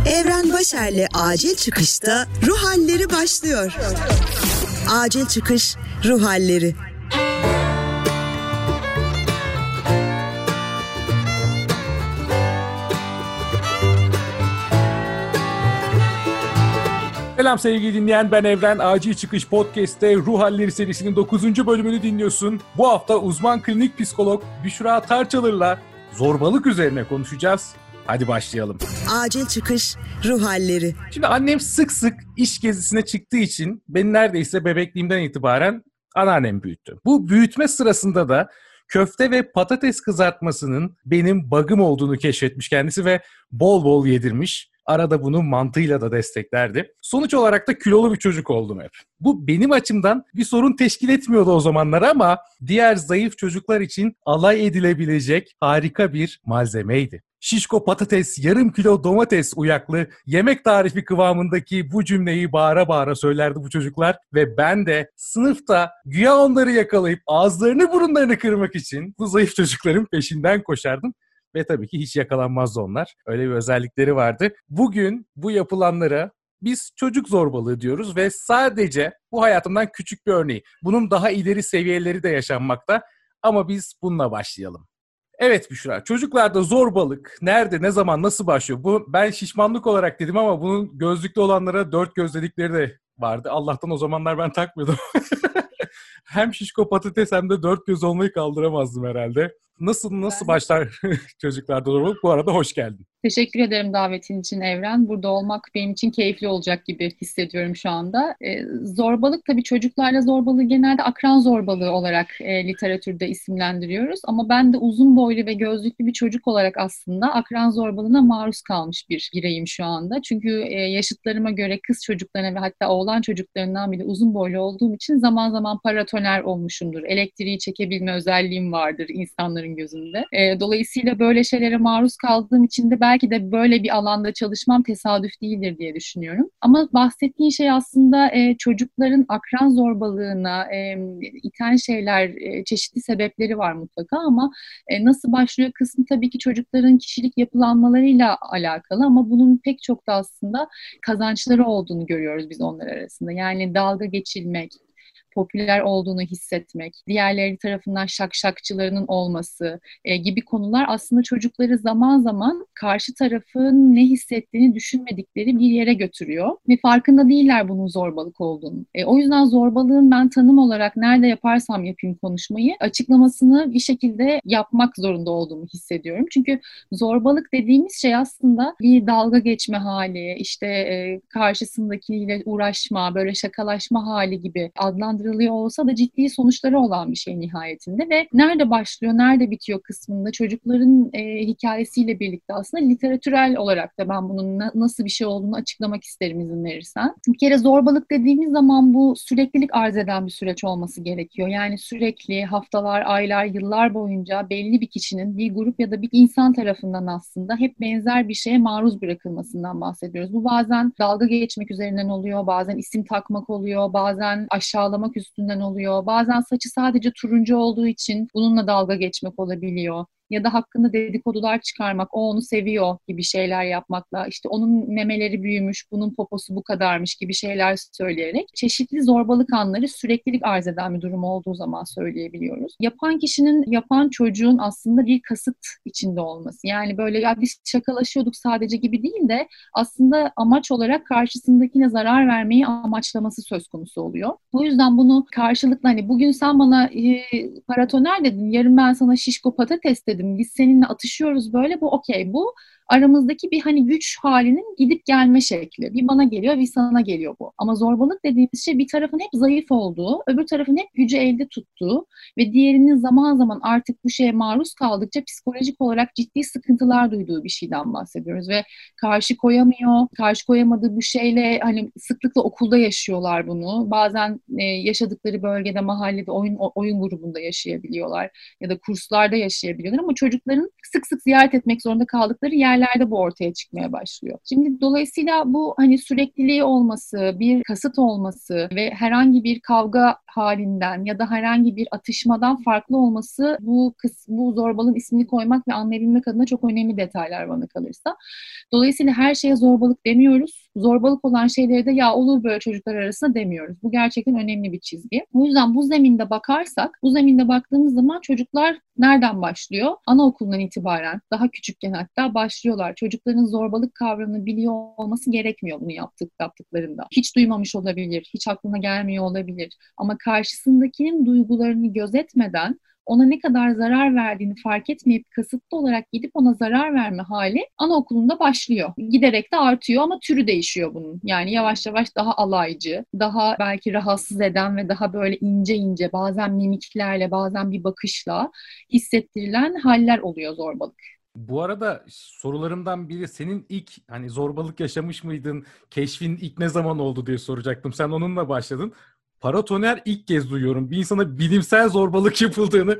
Evren Başer'le Acil Çıkış'ta Ruh Halleri başlıyor. Acil Çıkış Ruh Halleri. Selam sevgili dinleyen, ben Evren. Acil Çıkış Podcast'te Ruh Halleri serisinin 9. bölümünü dinliyorsun. Bu hafta uzman klinik psikolog Büşra Tarçalır'la zorbalık üzerine konuşacağız. Hadi başlayalım. Acil Çıkış Ruh Halleri. Şimdi annem sık sık iş gezisine çıktığı için beni neredeyse bebekliğimden itibaren anneannem büyüttü. Bu büyütme sırasında da köfte ve patates kızartmasının benim bug'ım olduğunu keşfetmiş kendisi ve bol bol yedirmiş. Arada bunu mantığıyla da desteklerdi. Sonuç olarak da kilolu bir çocuk oldum hep. Bu benim açımdan bir sorun teşkil etmiyordu o zamanlar ama diğer zayıf çocuklar için alay edilebilecek harika bir malzemeydi. Şişko patates, yarım kilo domates uyaklı, yemek tarifi kıvamındaki bu cümleyi bağıra bağıra söylerdi bu çocuklar. Ve ben de sınıfta güya onları yakalayıp ağızlarını burunlarını kırmak için bu zayıf çocukların peşinden koşardım. Ve tabii ki hiç yakalanmazdı onlar. Öyle bir özellikleri vardı. Bugün bu yapılanlara biz çocuk zorbalığı diyoruz ve sadece bu hayatımdan küçük bir örneği. Bunun daha ileri seviyeleri de yaşanmakta ama biz bununla başlayalım. Evet Büşra, çocuklarda zorbalık nerede, ne zaman, nasıl başlıyor? Bu ben şişmanlık olarak dedim ama bunun gözlüklü olanlara dört göz dedikleri de vardı. Allah'tan o zamanlar ben takmıyordum. Hem şişko patates hem de dört göz olmayı kaldıramazdım herhalde. Nasıl başlar çocuklarda zorbalık? Bu arada hoş geldin. Teşekkür ederim davetin için Evren. Burada olmak benim için keyifli olacak gibi hissediyorum şu anda. Zorbalık tabii çocuklarla zorbalığı genelde akran zorbalığı olarak literatürde isimlendiriyoruz. Ama ben de uzun boylu ve gözlüklü bir çocuk olarak aslında akran zorbalığına maruz kalmış bir bireyim şu anda. Çünkü yaşıtlarıma göre kız çocuklarına ve hatta oğlan çocuklarından bile uzun boylu olduğum için zaman zaman paratoner olmuşumdur. Elektriği çekebilme özelliğim vardır insanların gözünde. Dolayısıyla böyle şeylere maruz kaldığım için de belki de böyle bir alanda çalışmam tesadüf değildir diye düşünüyorum. Ama bahsettiğin şey aslında çocukların akran zorbalığına iten şeyler, çeşitli sebepleri var mutlaka ama nasıl başlıyor kısmı tabii ki çocukların kişilik yapılanmalarıyla alakalı ama bunun pek çok da aslında kazançları olduğunu görüyoruz biz onlar arasında. Yani dalga geçilmek, popüler olduğunu hissetmek, diğerleri tarafından şakşakçılarının olması gibi konular aslında çocukları zaman zaman karşı tarafın ne hissettiğini düşünmedikleri bir yere götürüyor. Ve farkında değiller bunun zorbalık olduğunu. O yüzden zorbalığın ben tanım olarak nerede yaparsam yapayım konuşmayı açıklamasını bir şekilde yapmak zorunda olduğumu hissediyorum. Çünkü zorbalık dediğimiz şey aslında bir dalga geçme hali, işte karşısındakiyle uğraşma, böyle şakalaşma hali gibi adlandırılıyor olsa da ciddi sonuçları olan bir şey nihayetinde ve nerede başlıyor, nerede bitiyor kısmında çocukların hikayesiyle birlikte aslında literatürel olarak da ben bunun nasıl bir şey olduğunu açıklamak isterim izin verirsen. Bir kere zorbalık dediğimiz zaman bu süreklilik arz eden bir süreç olması gerekiyor. Yani sürekli haftalar, aylar, yıllar boyunca belli bir kişinin bir grup ya da bir insan tarafından aslında hep benzer bir şeye maruz bırakılmasından bahsediyoruz. Bu bazen dalga geçmek üzerinden oluyor, bazen isim takmak oluyor, bazen aşağılamak üstünden oluyor. Bazen saçı sadece turuncu olduğu için bununla dalga geçmek olabiliyor. Ya da hakkında dedikodular çıkarmak, o onu seviyor gibi şeyler yapmakla, işte onun memeleri büyümüş, bunun poposu bu kadarmış gibi şeyler söyleyerek çeşitli zorbalık anları süreklilik arz eden bir durum olduğu zaman söyleyebiliyoruz. Yapan kişinin, yapan çocuğun aslında bir kasıt içinde olması. Yani böyle ya biz şakalaşıyorduk sadece gibi değil de aslında amaç olarak karşısındakine zarar vermeyi amaçlaması söz konusu oluyor. Bu yüzden bunu karşılıklı hani bugün sen bana paratoner dedin, yarın ben sana şişko patates dedim. Biz seninle atışıyoruz böyle, bu okey, bu aramızdaki bir hani güç halinin gidip gelme şekli. Bir bana geliyor, bir sana geliyor bu. Ama zorbalık dediğimiz şey bir tarafın hep zayıf olduğu, öbür tarafın hep gücü elde tuttuğu ve diğerinin zaman zaman artık bu şeye maruz kaldıkça psikolojik olarak ciddi sıkıntılar duyduğu bir şeyden bahsediyoruz ve karşı koyamıyor, karşı koyamadığı bu şeyle hani sıklıkla okulda yaşıyorlar bunu. Bazen yaşadıkları bölgede, mahallede, oyun grubunda yaşayabiliyorlar ya da kurslarda yaşayabiliyorlar ama çocukların sık sık ziyaret etmek zorunda kaldıkları yer yerlerde bu ortaya çıkmaya başlıyor. Şimdi dolayısıyla bu hani sürekliliği olması, bir kasıt olması ve herhangi bir kavga halinden ya da herhangi bir atışmadan farklı olması bu zorbalığın ismini koymak ve anlayabilmek adına çok önemli detaylar bana kalırsa. Dolayısıyla her şeye zorbalık demiyoruz. Zorbalık olan şeyleri de ya olur böyle çocuklar arasında demiyoruz. Bu gerçekten önemli bir çizgi. O yüzden bu zeminde bakarsak, bu zeminde baktığımız zaman çocuklar nereden başlıyor? Anaokulundan itibaren, daha küçükken hatta başlıyorlar. Çocukların zorbalık kavramını biliyor olması gerekmiyor bunu yaptıklarında. Hiç duymamış olabilir, hiç aklına gelmiyor olabilir. Ama karşısındakinin duygularını gözetmeden ona ne kadar zarar verdiğini fark etmeyip kasıtlı olarak gidip ona zarar verme hali anaokulunda başlıyor. Giderek de artıyor ama türü değişiyor bunun. Yani yavaş yavaş daha alaycı, daha belki rahatsız eden ve daha böyle ince ince bazen mimiklerle bazen bir bakışla hissettirilen haller oluyor zorbalık. Bu arada sorularımdan biri senin ilk hani zorbalık yaşamış mıydın? Keşfin ilk ne zaman oldu diye soracaktım. Sen onunla başladın. Paratoner ilk kez duyuyorum. Bir insana bilimsel zorbalık yapıldığını.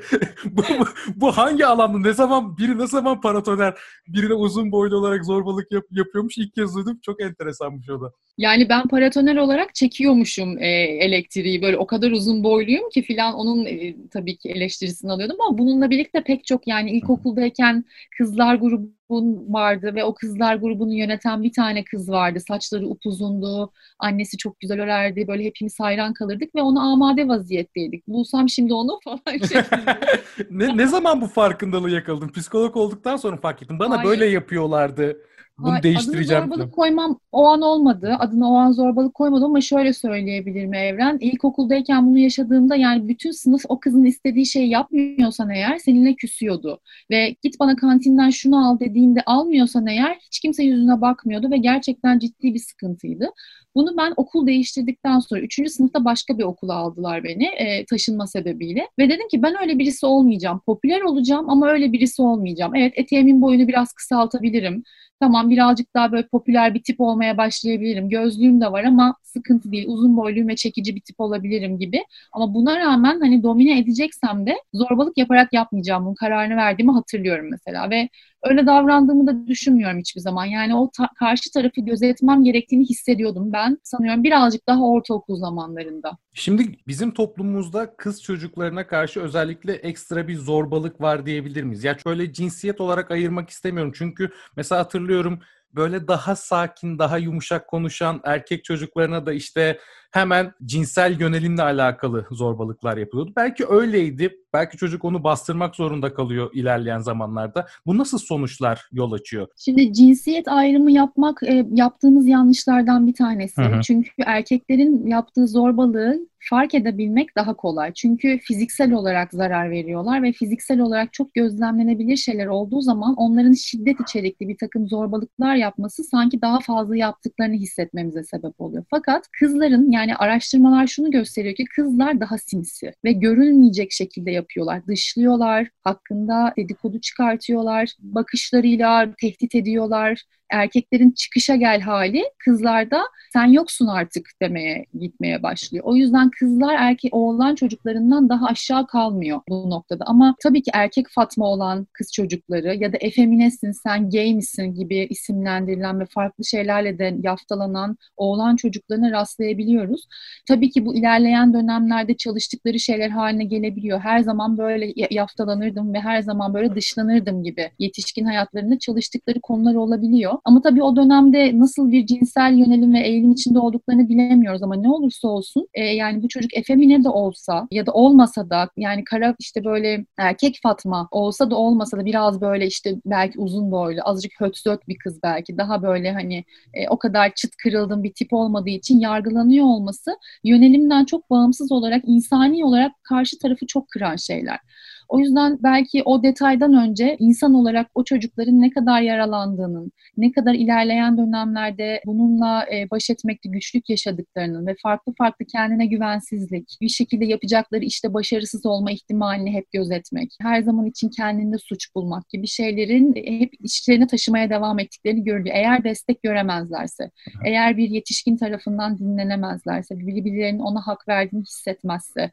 bu hangi alanda? Ne zaman paratoner birine uzun boylu olarak zorbalık yapıyormuş? İlk kez duydum. Çok enteresanmış o da. Yani ben paratoner olarak çekiyormuşum elektriği. Böyle o kadar uzun boyluyum ki filan onun tabii ki eleştirisini alıyordum ama bununla birlikte pek çok yani ilkokuldayken kızlar grubun vardı ve o kızlar grubunu yöneten bir tane kız vardı. Saçları upuzundu, annesi çok güzel örerdi. Böyle hepimiz hayran kalırdık ve ona amade vaziyetteydik. Bulsam şimdi onu falan şeklinde. Ne zaman bu farkındalığı yakaladın? Psikolog olduktan sonra fark ettim. Bana Hayır. böyle yapıyorlardı. Bunu değiştireceğim. Adını zorbalık koymam o an olmadı. Adına o an zorbalık koymadım ama şöyle söyleyebilirim Evren. İlkokuldayken bunu yaşadığımda yani bütün sınıf o kızın istediği şeyi yapmıyorsan eğer seninle küsüyordu. Ve git bana kantinden şunu al dediğinde almıyorsan eğer hiç kimse yüzüne bakmıyordu ve gerçekten ciddi bir sıkıntıydı. Bunu ben okul değiştirdikten sonra 3. sınıfta başka bir okula aldılar beni taşınma sebebiyle. Ve dedim ki ben öyle birisi olmayacağım. Popüler olacağım ama öyle birisi olmayacağım. Evet eteğimin boyunu biraz kısaltabilirim. Tamam birazcık daha böyle popüler bir tip olmaya başlayabilirim. Gözlüğüm de var ama sıkıntı değil. Uzun boyluyum ve çekici bir tip olabilirim gibi. Ama buna rağmen hani domine edeceksem de zorbalık yaparak yapmayacağım. Bunun kararını verdiğimi hatırlıyorum mesela ve öyle davrandığımı da düşünmüyorum hiçbir zaman. Yani o karşı tarafı gözetmem gerektiğini hissediyordum ben sanıyorum birazcık daha ortaokul zamanlarında. Şimdi bizim toplumumuzda kız çocuklarına karşı özellikle ekstra bir zorbalık var diyebilir miyiz? Ya şöyle cinsiyet olarak ayırmak istemiyorum. Çünkü mesela hatırlıyorum böyle daha sakin, daha yumuşak konuşan erkek çocuklarına da işte hemen cinsel yönelimle alakalı zorbalıklar yapılıyordu. Belki öyleydi. Belki çocuk onu bastırmak zorunda kalıyor ilerleyen zamanlarda. Bu nasıl sonuçlar yol açıyor? Şimdi cinsiyet ayrımı yapmak yaptığımız yanlışlardan bir tanesi. Hı hı. Çünkü erkeklerin yaptığı zorbalığı fark edebilmek daha kolay. Çünkü fiziksel olarak zarar veriyorlar ve fiziksel olarak çok gözlemlenebilir şeyler olduğu zaman onların şiddet içerikli bir takım zorbalıklar yapması sanki daha fazla yaptıklarını hissetmemize sebep oluyor. Fakat kızların yani araştırmalar şunu gösteriyor ki kızlar daha sinsi ve görülmeyecek şekilde yapıyorlar. Dışlıyorlar, hakkında dedikodu çıkartıyorlar, bakışlarıyla tehdit ediyorlar. Erkeklerin çıkışa gel hali kızlarda sen yoksun artık demeye gitmeye başlıyor. O yüzden kızlar oğlan çocuklarından daha aşağı kalmıyor bu noktada. Ama tabii ki erkek Fatma olan kız çocukları ya da efeminesin sen gay misin gibi isimlendirilen ve farklı şeylerle de yaftalanan oğlan çocuklarına rastlayabiliyoruz. Tabii ki bu ilerleyen dönemlerde çalıştıkları şeyler haline gelebiliyor. Her zaman böyle yaftalanırdım ve her zaman böyle dışlanırdım gibi yetişkin hayatlarında çalıştıkları konular olabiliyor. Ama tabii o dönemde nasıl bir cinsel yönelim ve eğilim içinde olduklarını bilemiyoruz ama ne olursa olsun yani bu çocuk efemine de olsa ya da olmasa da yani kara işte böyle erkek Fatma olsa da olmasa da biraz böyle işte belki uzun boylu azıcık hötsöt bir kız belki daha böyle hani o kadar çıt kırıldığım bir tip olmadığı için yargılanıyor olması yönelimden çok bağımsız olarak insani olarak karşı tarafı çok kıran şeyler. O yüzden belki o detaydan önce insan olarak o çocukların ne kadar yaralandığının, ne kadar ilerleyen dönemlerde bununla baş etmekte güçlük yaşadıklarının ve farklı farklı kendine güvensizlik, bir şekilde yapacakları işte başarısız olma ihtimalini hep gözetmek, her zaman için kendinde suç bulmak gibi şeylerin hep içlerine taşımaya devam ettiklerini görülüyor. Eğer destek göremezlerse, eğer bir yetişkin tarafından dinlenemezlerse, birbirlerinin ona hak verdiğini hissetmezse,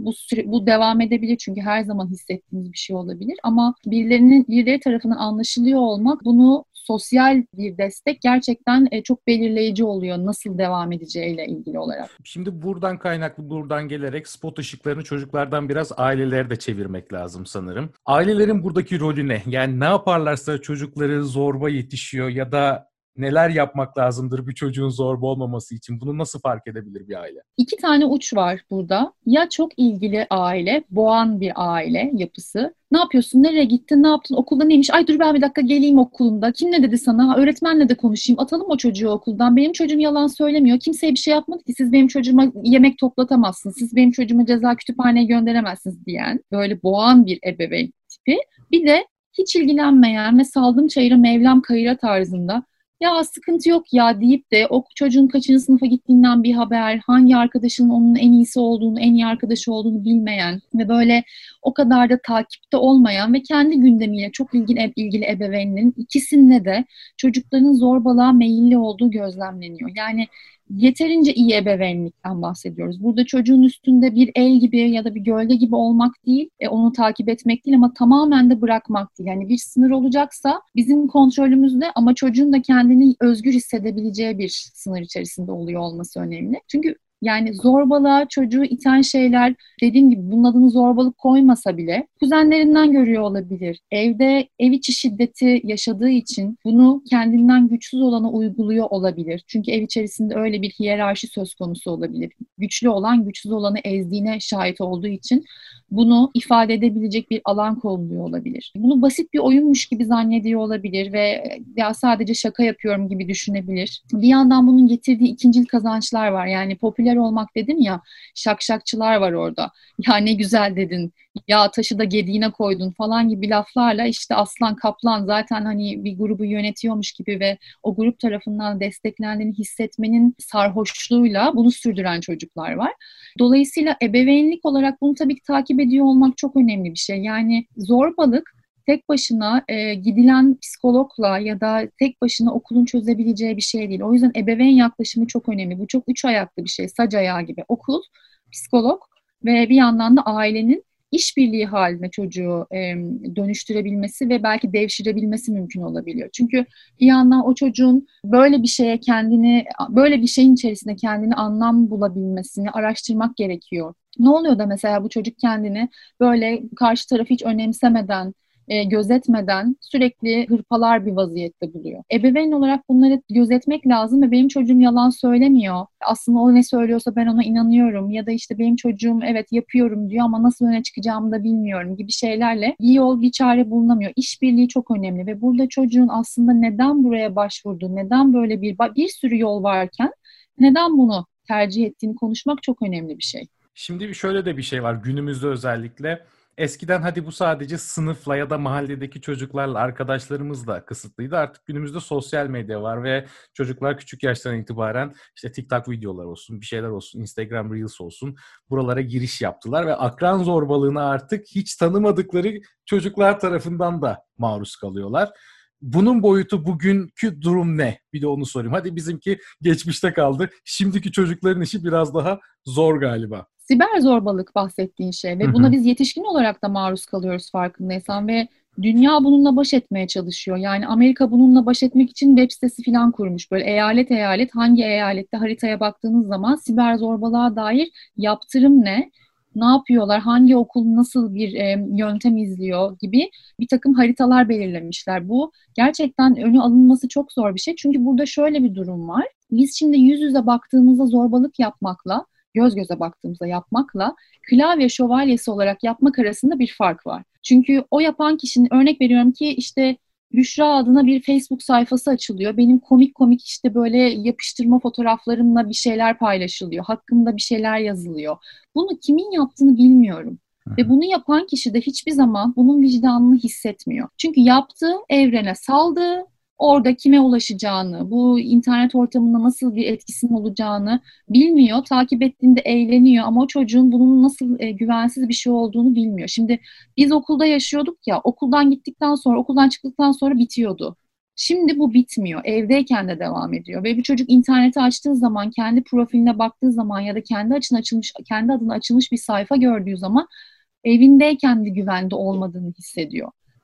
bu devam edebilir çünkü her zaman hissettiğimiz bir şey olabilir ama birileri tarafından anlaşılıyor olmak bunu sosyal bir destek gerçekten çok belirleyici oluyor nasıl devam edeceğiyle ilgili olarak. Şimdi buradan gelerek spot ışıklarını çocuklardan biraz ailelere de çevirmek lazım sanırım. Ailelerin buradaki rolü ne? Yani ne yaparlarsa çocukları zorba yetişiyor ya da neler yapmak lazımdır bir çocuğun zorba olmaması için? Bunu nasıl fark edebilir bir aile? 2 tane uç var burada. Ya çok ilgili aile, boğan bir aile yapısı. Ne yapıyorsun? Nereye gittin? Ne yaptın? Okulda neymiş? Ay dur ben bir dakika geleyim okulunda. Kim ne dedi sana? Öğretmenle de konuşayım. Atalım o çocuğu okuldan. Benim çocuğum yalan söylemiyor. Kimseye bir şey yapmadı ki. Siz benim çocuğuma yemek toplatamazsınız. Siz benim çocuğuma ceza kütüphaneye gönderemezsiniz diyen böyle boğan bir ebeveyn tipi. Bir de hiç ilgilenmeyen ve saldım çayıra Mevlam kayıra tarzında ya sıkıntı yok ya deyip de o çocuğun kaçıncı sınıfa gittiğinden bir haber, hangi arkadaşının onun en iyisi olduğunu, en iyi arkadaşı olduğunu bilmeyen ve böyle o kadar da takipte olmayan ve kendi gündemiyle çok ilgili ebeveynlerin ikisinde de çocukların zorbalığa meyilli olduğu gözlemleniyor. Yani yeterince iyi ebeveynlikten bahsediyoruz. Burada çocuğun üstünde bir el gibi ya da bir gölge gibi olmak değil, onu takip etmek değil ama tamamen de bırakmak değil. Yani bir sınır olacaksa bizim kontrolümüzde ama çocuğun da kendini özgür hissedebileceği bir sınır içerisinde oluyor olması önemli. Çünkü yani zorbalığa çocuğu iten şeyler dediğim gibi bunun adını zorbalık koymasa bile kuzenlerinden görüyor olabilir. Evde ev içi şiddeti yaşadığı için bunu kendinden güçsüz olana uyguluyor olabilir. Çünkü ev içerisinde öyle bir hiyerarşi söz konusu olabilir. Güçlü olan güçsüz olanı ezdiğine şahit olduğu için bunu ifade edebilecek bir alan kolluyor olabilir. Bunu basit bir oyunmuş gibi zannediyor olabilir ve ya sadece şaka yapıyorum gibi düşünebilir. Bir yandan bunun getirdiği ikincil kazançlar var. Yani popüler olmak dedim ya, şakşakçılar var orada. Ya ne güzel dedin, ya taşı da gediğine koydun falan gibi laflarla işte aslan kaplan zaten hani bir grubu yönetiyormuş gibi ve o grup tarafından desteklendiğini hissetmenin sarhoşluğuyla bunu sürdüren çocuklar var. Dolayısıyla ebeveynlik olarak bunu tabii ki takip ediyor olmak çok önemli bir şey. Yani zorbalık tek başına gidilen psikologla ya da tek başına okulun çözebileceği bir şey değil. O yüzden ebeveyn yaklaşımı çok önemli. Bu çok üç ayaklı bir şey, sac ayağı gibi. Okul, psikolog ve bir yandan da ailenin işbirliği haline çocuğu dönüştürebilmesi ve belki devşirebilmesi mümkün olabiliyor. Çünkü bir yandan o çocuğun böyle bir şeye kendini, böyle bir şeyin içerisinde kendini anlam bulabilmesini araştırmak gerekiyor. Ne oluyor da mesela bu çocuk kendini böyle karşı tarafı hiç önemsemeden, gözetmeden sürekli hırpalar bir vaziyette buluyor. Ebeveyn olarak bunları gözetmek lazım ve benim çocuğum yalan söylemiyor. Aslında o ne söylüyorsa ben ona inanıyorum ya da işte benim çocuğum evet yapıyorum diyor ama nasıl öne çıkacağımı da bilmiyorum gibi şeylerle bir yol bir çare bulunamıyor. İşbirliği çok önemli ve burada çocuğun aslında neden buraya başvurduğu, neden böyle bir sürü yol varken neden bunu tercih ettiğini konuşmak çok önemli bir şey. Şimdi şöyle de bir şey var günümüzde özellikle. Eskiden hadi bu sadece sınıfla ya da mahalledeki çocuklarla, arkadaşlarımızla kısıtlıydı. Artık günümüzde sosyal medya var ve çocuklar küçük yaştan itibaren işte TikTok videolar olsun, bir şeyler olsun, Instagram Reels olsun buralara giriş yaptılar ve akran zorbalığına artık hiç tanımadıkları çocuklar tarafından da maruz kalıyorlar. Bunun boyutu bugünkü durum ne? Bir de onu sorayım. Hadi bizimki geçmişte kaldı. Şimdiki çocukların işi biraz daha zor galiba. Siber zorbalık bahsettiğin şey ve buna biz yetişkin olarak da maruz kalıyoruz farkındaysan ve dünya bununla baş etmeye çalışıyor. Yani Amerika bununla baş etmek için web sitesi falan kurmuş. Böyle eyalet eyalet hangi eyalette haritaya baktığınız zaman siber zorbalığa dair yaptırım ne yapıyorlar, hangi okul nasıl bir yöntem izliyor gibi bir takım haritalar belirlemişler. Bu gerçekten önü alınması çok zor bir şey. Çünkü burada şöyle bir durum var. Biz şimdi yüz yüze baktığımızda zorbalık yapmakla göz göze baktığımızda yapmakla klavye şövalyesi olarak yapmak arasında bir fark var. Çünkü o yapan kişinin örnek veriyorum ki işte Büşra adına bir Facebook sayfası açılıyor. Benim komik komik işte böyle yapıştırma fotoğraflarımla bir şeyler paylaşılıyor. Hakkımda bir şeyler yazılıyor. Bunu kimin yaptığını bilmiyorum. Ve bunu yapan kişi de hiçbir zaman bunun vicdanını hissetmiyor. Çünkü yaptığı evrene saldığı, orada kime ulaşacağını, bu internet ortamında nasıl bir etkisinin olacağını bilmiyor. Takip ettiğinde eğleniyor ama o çocuğun bunun nasıl güvensiz bir şey olduğunu bilmiyor. Şimdi biz okulda yaşıyorduk ya, okuldan gittikten sonra, okuldan çıktıktan sonra bitiyordu. Şimdi bu bitmiyor. Evdeyken de devam ediyor. Ve bir çocuk interneti açtığı zaman, kendi profiline baktığı zaman ya da kendi adına açılmış bir sayfa gördüğü zaman evindeyken de güvende olmadığını hissediyor.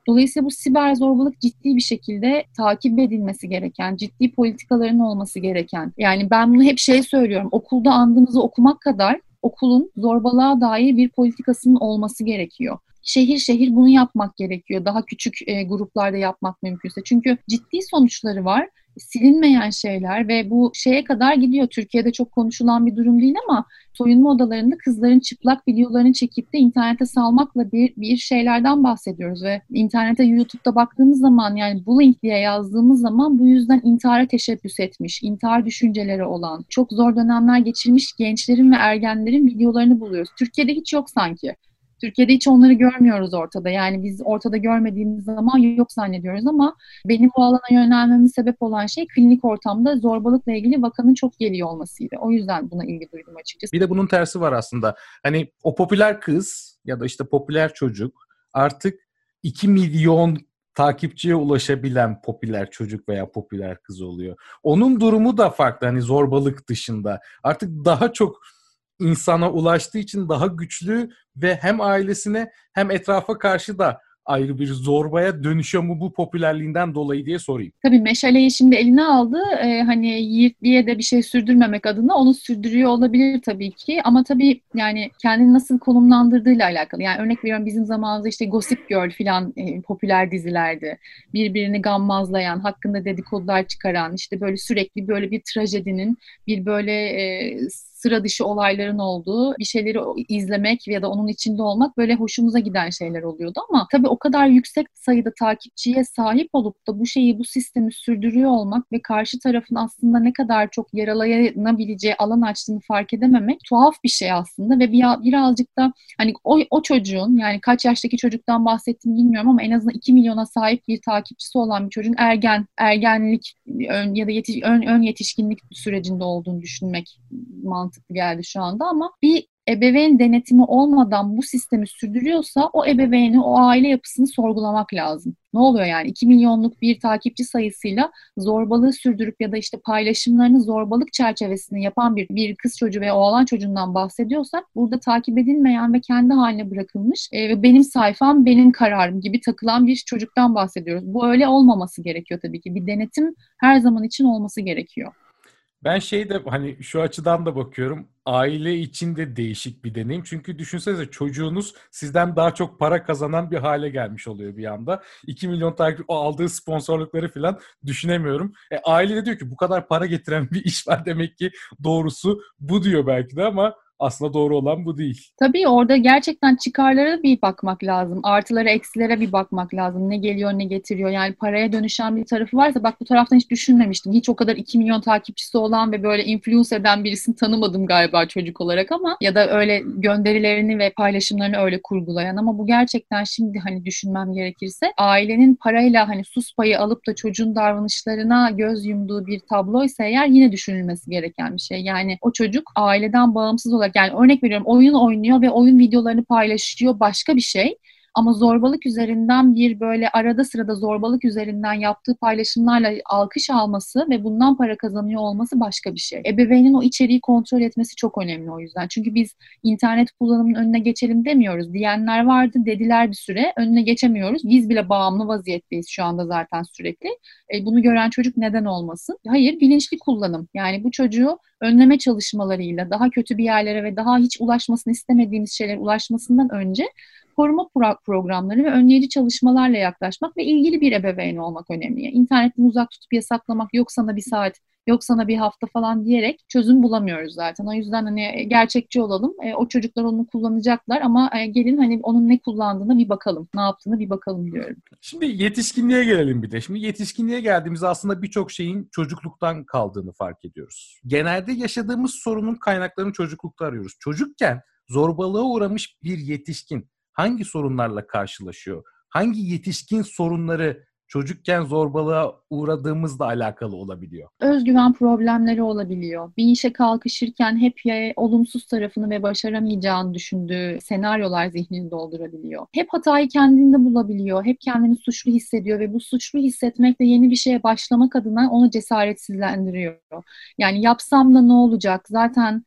Dolayısıyla bu siber zorbalık ciddi bir şekilde takip edilmesi gereken, ciddi politikaların olması gereken. Yani ben bunu hep söylüyorum. Okulda andımızı okumak kadar okulun zorbalığa dair bir politikasının olması gerekiyor. Şehir şehir bunu yapmak gerekiyor. Daha küçük gruplarda yapmak mümkünse. Çünkü ciddi sonuçları var. Silinmeyen şeyler ve bu şeye kadar gidiyor. Türkiye'de çok konuşulan bir durum değil ama soyunma odalarında kızların çıplak videolarını çekip de internete salmakla bir şeylerden bahsediyoruz ve internete, YouTube'da baktığımız zaman, yani bullying diye yazdığımız zaman bu yüzden intihara teşebbüs etmiş, intihar düşünceleri olan, çok zor dönemler geçirmiş gençlerin ve ergenlerin videolarını buluyoruz. Türkiye'de hiç yok sanki. Türkiye'de hiç onları görmüyoruz ortada. Yani biz ortada görmediğimiz zaman yok zannediyoruz ama benim bu alana yönelmemin sebep olan şey klinik ortamda zorbalıkla ilgili vakanın çok geliyor olmasıydı. O yüzden buna ilgi duydum açıkçası. Bir de bunun tersi var aslında. Hani o popüler kız ya da işte popüler çocuk artık 2 milyon takipçiye ulaşabilen popüler çocuk veya popüler kız oluyor. Onun durumu da farklı, hani zorbalık dışında. Artık daha çok insana ulaştığı için daha güçlü ve hem ailesine hem etrafa karşı da ayrı bir zorbaya dönüşüyor mu bu popülerliğinden dolayı diye sorayım. Tabii meşaleyi şimdi eline aldı. Hani yiğitliğe de bir şey sürdürmemek adına onu sürdürüyor olabilir tabii ki. Ama tabii yani kendini nasıl konumlandırdığıyla alakalı. Yani örnek veriyorum, bizim zamanımızda işte Gossip Girl filan popüler dizilerdi. Birbirini gammazlayan, hakkında dedikodular çıkaran, işte böyle sürekli böyle bir trajedinin, bir böyle sıra dışı olayların olduğu bir şeyleri izlemek ya da onun içinde olmak böyle hoşumuza giden şeyler oluyordu ama tabii o kadar yüksek sayıda takipçiye sahip olup da bu şeyi, bu sistemi sürdürüyor olmak ve karşı tarafın aslında ne kadar çok yaralanabileceği alan açtığını fark edememek tuhaf bir şey aslında ve birazcık da hani o çocuğun, yani kaç yaştaki çocuktan bahsettiğini bilmiyorum ama en azından 2 milyona sahip bir takipçisi olan bir çocuğun ergenlik ya da ön yetişkinlik sürecinde olduğunu düşünmek mantıklı geldi şu anda ama bir ebeveyn denetimi olmadan bu sistemi sürdürüyorsa o ebeveyni, o aile yapısını sorgulamak lazım. Ne oluyor yani? 2 milyonluk bir takipçi sayısıyla zorbalığı sürdürüp ya da işte paylaşımlarını zorbalık çerçevesinde yapan bir kız çocuğu ve oğlan çocuğundan bahsediyorsak burada takip edilmeyen ve kendi haline bırakılmış ve benim sayfam, benim kararım gibi takılan bir çocuktan bahsediyoruz. Bu öyle olmaması gerekiyor tabii ki. Bir denetim her zaman için olması gerekiyor. Ben hani şu açıdan da bakıyorum. Aile için de değişik bir deneyim. Çünkü düşünsenize, çocuğunuz sizden daha çok para kazanan bir hale gelmiş oluyor bir anda. 2 milyon takip, o aldığı sponsorlukları falan düşünemiyorum. Aile de diyor ki bu kadar para getiren bir iş var, demek ki doğrusu bu diyor belki de ama aslında doğru olan bu değil. Tabii orada gerçekten çıkarlara bir bakmak lazım. Artılara, eksilere bir bakmak lazım. Ne geliyor, ne getiriyor. Yani paraya dönüşen bir tarafı varsa, bak bu taraftan hiç düşünmemiştim. Hiç o kadar 2 milyon takipçisi olan ve böyle influence eden birisini tanımadım galiba çocuk olarak ama ya da öyle gönderilerini ve paylaşımlarını öyle kurgulayan, ama bu gerçekten şimdi hani düşünmem gerekirse ailenin parayla hani sus payı alıp da çocuğun davranışlarına göz yumduğu bir tabloysa eğer yine düşünülmesi gereken bir şey. Yani o çocuk aileden bağımsız olarak, yani örnek veriyorum, oyun oynuyor ve oyun videolarını paylaşıyor, başka bir şey. Ama zorbalık üzerinden bir böyle arada sırada zorbalık üzerinden yaptığı paylaşımlarla alkış alması ve bundan para kazanıyor olması başka bir şey. Ebeveynin o içeriği kontrol etmesi çok önemli o yüzden. Çünkü biz internet kullanımının önüne geçelim demiyoruz. Diyenler vardı, dediler bir süre. Önüne geçemiyoruz. Biz bile bağımlı vaziyetteyiz şu anda zaten sürekli. Bunu gören çocuk neden olmasın? Hayır, bilinçli kullanım. Yani bu çocuğu önleme çalışmalarıyla daha kötü bir yerlere ve daha hiç ulaşmasını istemediğimiz şeylere ulaşmasından önce koruma programları ve önleyici çalışmalarla yaklaşmak ve ilgili bir ebeveyn olmak önemli. Yani İnternetten uzak tutup yasaklamak, yok sana bir saat, yok sana bir hafta falan diyerek çözüm bulamıyoruz zaten. O yüzden hani gerçekçi olalım. O çocuklar onu kullanacaklar ama gelin hani onun ne kullandığına bir bakalım, ne yaptığını bir bakalım diyorum. Şimdi yetişkinliğe gelelim bir de. Şimdi yetişkinliğe geldiğimizde aslında birçok şeyin çocukluktan kaldığını fark ediyoruz. Genelde yaşadığımız sorunun kaynaklarını çocuklukta arıyoruz. Çocukken zorbalığa uğramış bir yetişkin hangi sorunlarla karşılaşıyor? Hangi yetişkin sorunları çocukken zorbalığa uğradığımızla alakalı olabiliyor? Özgüven problemleri olabiliyor. Bir işe kalkışırken hep ya olumsuz tarafını ve başaramayacağını düşündüğü senaryolar zihnini doldurabiliyor. Hep hatayı kendinde bulabiliyor. Hep kendini suçlu hissediyor ve bu suçlu hissetmekle yeni bir şeye başlamak adına onu cesaretsizlendiriyor. Yani yapsam da ne olacak? Zaten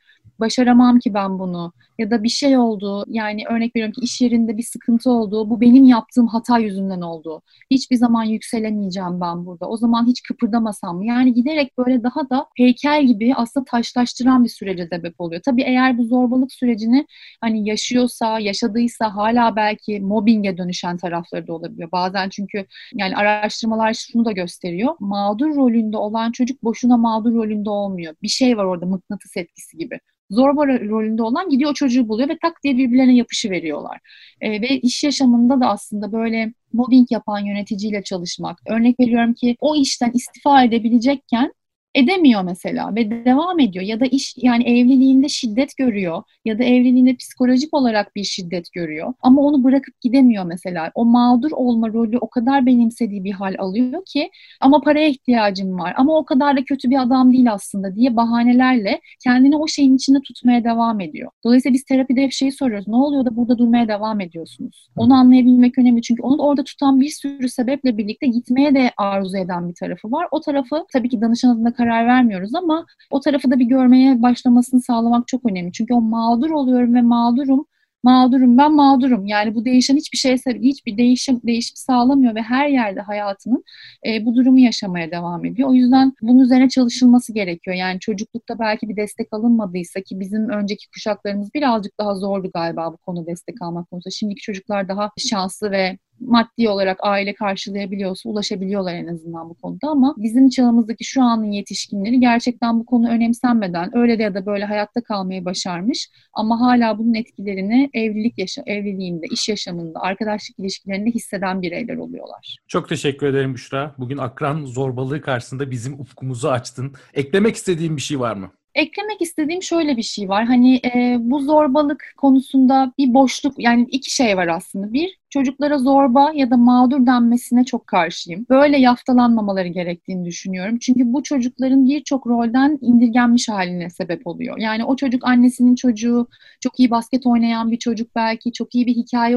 başaramam ki ben bunu. Ya da bir şey oldu, yani örnek veriyorum ki iş yerinde bir sıkıntı oldu, bu benim yaptığım hata yüzünden oldu. Hiçbir zaman yükselemeyeceğim ben burada. O zaman hiç kıpırdamasam mı? Yani giderek böyle daha da heykel gibi aslında taşlaştıran bir sürece sebep oluyor. Tabii eğer bu zorbalık sürecini hani yaşadıysa hala belki mobbinge dönüşen tarafları da olabiliyor. Bazen çünkü yani araştırmalar şunu da gösteriyor. Mağdur rolünde olan çocuk boşuna mağdur rolünde olmuyor. Bir şey var orada, mıknatıs etkisi gibi. Zorba rolünde olan gidiyor o çocuğu buluyor ve tak diye birbirlerine yapışıveriyorlar. Ve iş yaşamında da aslında böyle mobbing yapan yöneticiyle çalışmak. Örnek veriyorum ki o işten istifa edebilecekken edemiyor mesela ve devam ediyor. Ya da iş, yani evliliğinde şiddet görüyor ya da evliliğinde psikolojik olarak bir şiddet görüyor. Ama onu bırakıp gidemiyor mesela. O mağdur olma rolü o kadar benimsediği bir hal alıyor ki ama paraya ihtiyacım var ama o kadar da kötü bir adam değil aslında diye bahanelerle kendini o şeyin içinde tutmaya devam ediyor. Dolayısıyla biz terapide hep şeyi soruyoruz. Ne oluyor da burada durmaya devam ediyorsunuz? Onu anlayabilmek önemli. Çünkü onu orada tutan bir sürü sebeple birlikte gitmeye de arzu eden bir tarafı var. O tarafı tabii ki danışan adına karar vermiyoruz ama o tarafı da bir görmeye başlamasını sağlamak çok önemli. Çünkü o mağdur oluyorum ve mağdurum, ben mağdurum. Yani bu değişen hiçbir değişim sağlamıyor ve her yerde hayatının bu durumu yaşamaya devam ediyor. O yüzden bunun üzerine çalışılması gerekiyor. Yani çocuklukta belki bir destek alınmadıysa, ki bizim önceki kuşaklarımız birazcık daha zordu galiba bu konuda destek almak konusunda. Şimdiki çocuklar daha şanslı ve maddi olarak aile karşılayabiliyorsa ulaşabiliyorlar en azından bu konuda, ama bizim çağımızdaki şu anın yetişkinleri gerçekten bu konu önemsenmeden öyle de ya da böyle hayatta kalmayı başarmış ama hala bunun etkilerini evliliğinde, iş yaşamında, arkadaşlık ilişkilerinde hisseden bireyler oluyorlar. Çok teşekkür ederim Büşra. Bugün akran zorbalığı karşısında bizim ufkumuzu açtın. Eklemek istediğin bir şey var mı? Eklemek istediğim şöyle bir şey var. Hani bu zorbalık konusunda bir boşluk, yani iki şey var aslında. Bir, çocuklara zorba ya da mağdur denmesine çok karşıyım. Böyle yaftalanmamaları gerektiğini düşünüyorum. Çünkü bu çocukların birçok rolden indirgenmiş haline sebep oluyor. Yani o çocuk annesinin çocuğu, çok iyi basket oynayan bir çocuk belki, çok iyi bir hikaye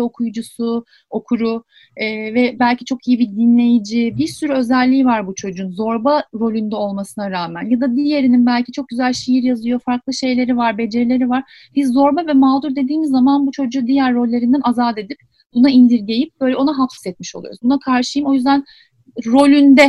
okuru ve belki çok iyi bir dinleyici. Bir sürü özelliği var bu çocuğun zorba rolünde olmasına rağmen. Ya da diğerinin belki çok güzel şiir yazıyor, farklı şeyleri var, becerileri var. Biz zorba ve mağdur dediğimiz zaman bu çocuğu diğer rollerinden azat edip buna indirgeyip böyle ona hapsetmiş oluyoruz. Buna karşıyım. O yüzden rolünde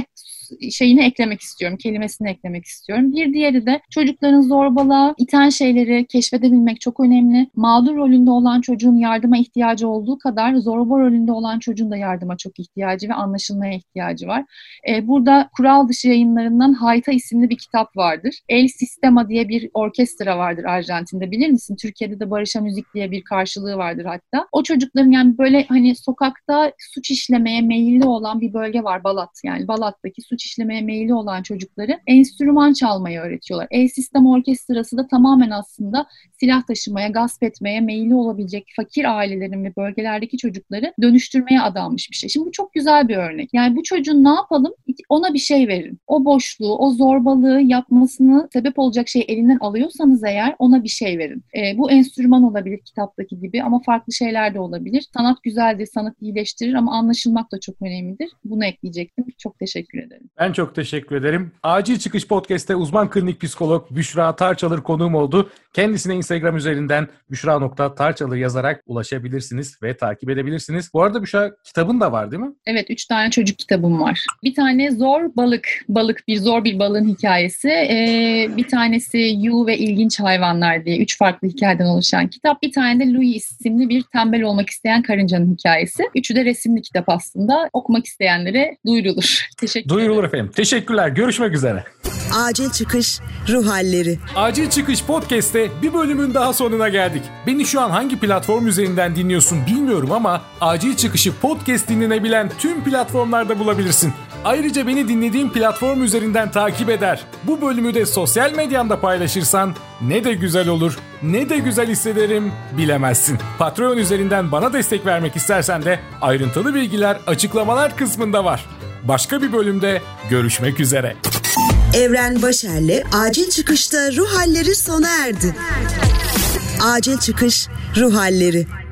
kelimesini eklemek istiyorum. Bir diğeri de çocukların zorbalığa iten şeyleri keşfedebilmek çok önemli. Mağdur rolünde olan çocuğun yardıma ihtiyacı olduğu kadar zorba rolünde olan çocuğun da yardıma çok ihtiyacı ve anlaşılmaya ihtiyacı var. Burada Kural Dışı Yayınlarından Hayta isimli bir kitap vardır. El Sistema diye bir orkestra vardır Arjantin'de, bilir misin? Türkiye'de de Barış'a Müzik diye bir karşılığı vardır hatta. O çocukların, yani böyle hani sokakta suç işlemeye meyilli olan bir bölge var, Balat. Yani Balat'taki suç işlemeye meyilli olan çocukları enstrüman çalmayı öğretiyorlar. El Sistema Orkestrası da tamamen aslında silah taşımaya, gasp etmeye meyilli olabilecek fakir ailelerin ve bölgelerdeki çocukları dönüştürmeye adanmış bir şey. Şimdi bu çok güzel bir örnek. Yani bu çocuğun ne yapalım? Ona bir şey verin. O boşluğu, o zorbalığı yapmasını sebep olacak şeyi elinden alıyorsanız eğer ona bir şey verin. Bu enstrüman olabilir kitaptaki gibi ama farklı şeyler de olabilir. Sanat güzeldir, sanat iyileştirir ama anlaşılmak da çok önemlidir. Bunu ekleyecektim. Çok teşekkür ederim. Ben çok teşekkür ederim. Acil Çıkış Podcast'te uzman klinik psikolog Büşra Tarçalır konuğum oldu. Kendisine Instagram üzerinden büşra.tarçalır yazarak ulaşabilirsiniz ve takip edebilirsiniz. Bu arada Büşra, kitabın da var değil mi? Evet, 3 tane çocuk kitabım var. Bir tane zor bir balığın hikayesi. Bir tanesi You ve İlginç Hayvanlar diye 3 farklı hikayeden oluşan kitap. Bir tane de Louis isimli bir tembel olmak isteyen karıncanın hikayesi. Üçü de resimli kitap aslında. Okumak isteyenlere duyurulur. Duyurulur efendim. Teşekkürler. Görüşmek üzere. Acil Çıkış Ruh Halleri. Acil Çıkış Podcast'te bir bölümün daha sonuna geldik. Beni şu an hangi platform üzerinden dinliyorsun bilmiyorum ama Acil Çıkış'ı podcast dinlenebilen tüm platformlarda bulabilirsin. Ayrıca beni dinlediğin platform üzerinden takip eder. Bu bölümü de sosyal medyanda paylaşırsan ne de güzel olur, ne de güzel hissederim bilemezsin. Patreon üzerinden bana destek vermek istersen de ayrıntılı bilgiler açıklamalar kısmında var. Başka bir bölümde görüşmek üzere. Evren Başer'le Acil Çıkış'ta Ruh Halleri sona erdi. Acil Çıkış Ruh Halleri.